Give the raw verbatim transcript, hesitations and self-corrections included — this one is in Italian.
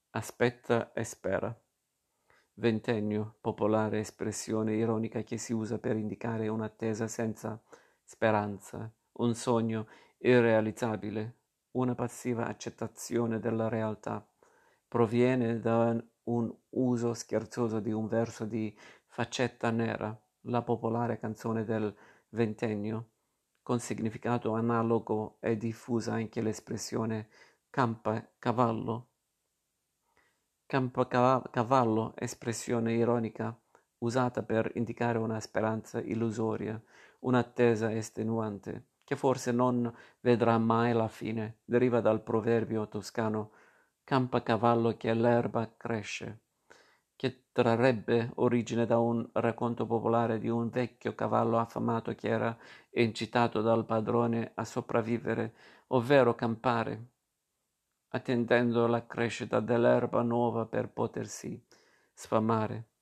Aspetta e spera. Ventennio, popolare espressione ironica che si usa per indicare un'attesa senza speranza, un sogno irrealizzabile, una passiva accettazione della realtà. Proviene da un uso scherzoso di un verso di Faccetta Nera, la popolare canzone del ventennio. Con significato analogo è diffusa anche l'espressione campa-cavallo. Campocavallo, espressione ironica usata per indicare una speranza illusoria, un'attesa estenuante, che forse non vedrà mai la fine, deriva dal proverbio toscano campa cavallo che l'erba cresce, che trarrebbe origine da un racconto popolare di un vecchio cavallo affamato che era incitato dal padrone a sopravvivere, ovvero campare, attendendo la crescita dell'erba nuova per potersi sfamare.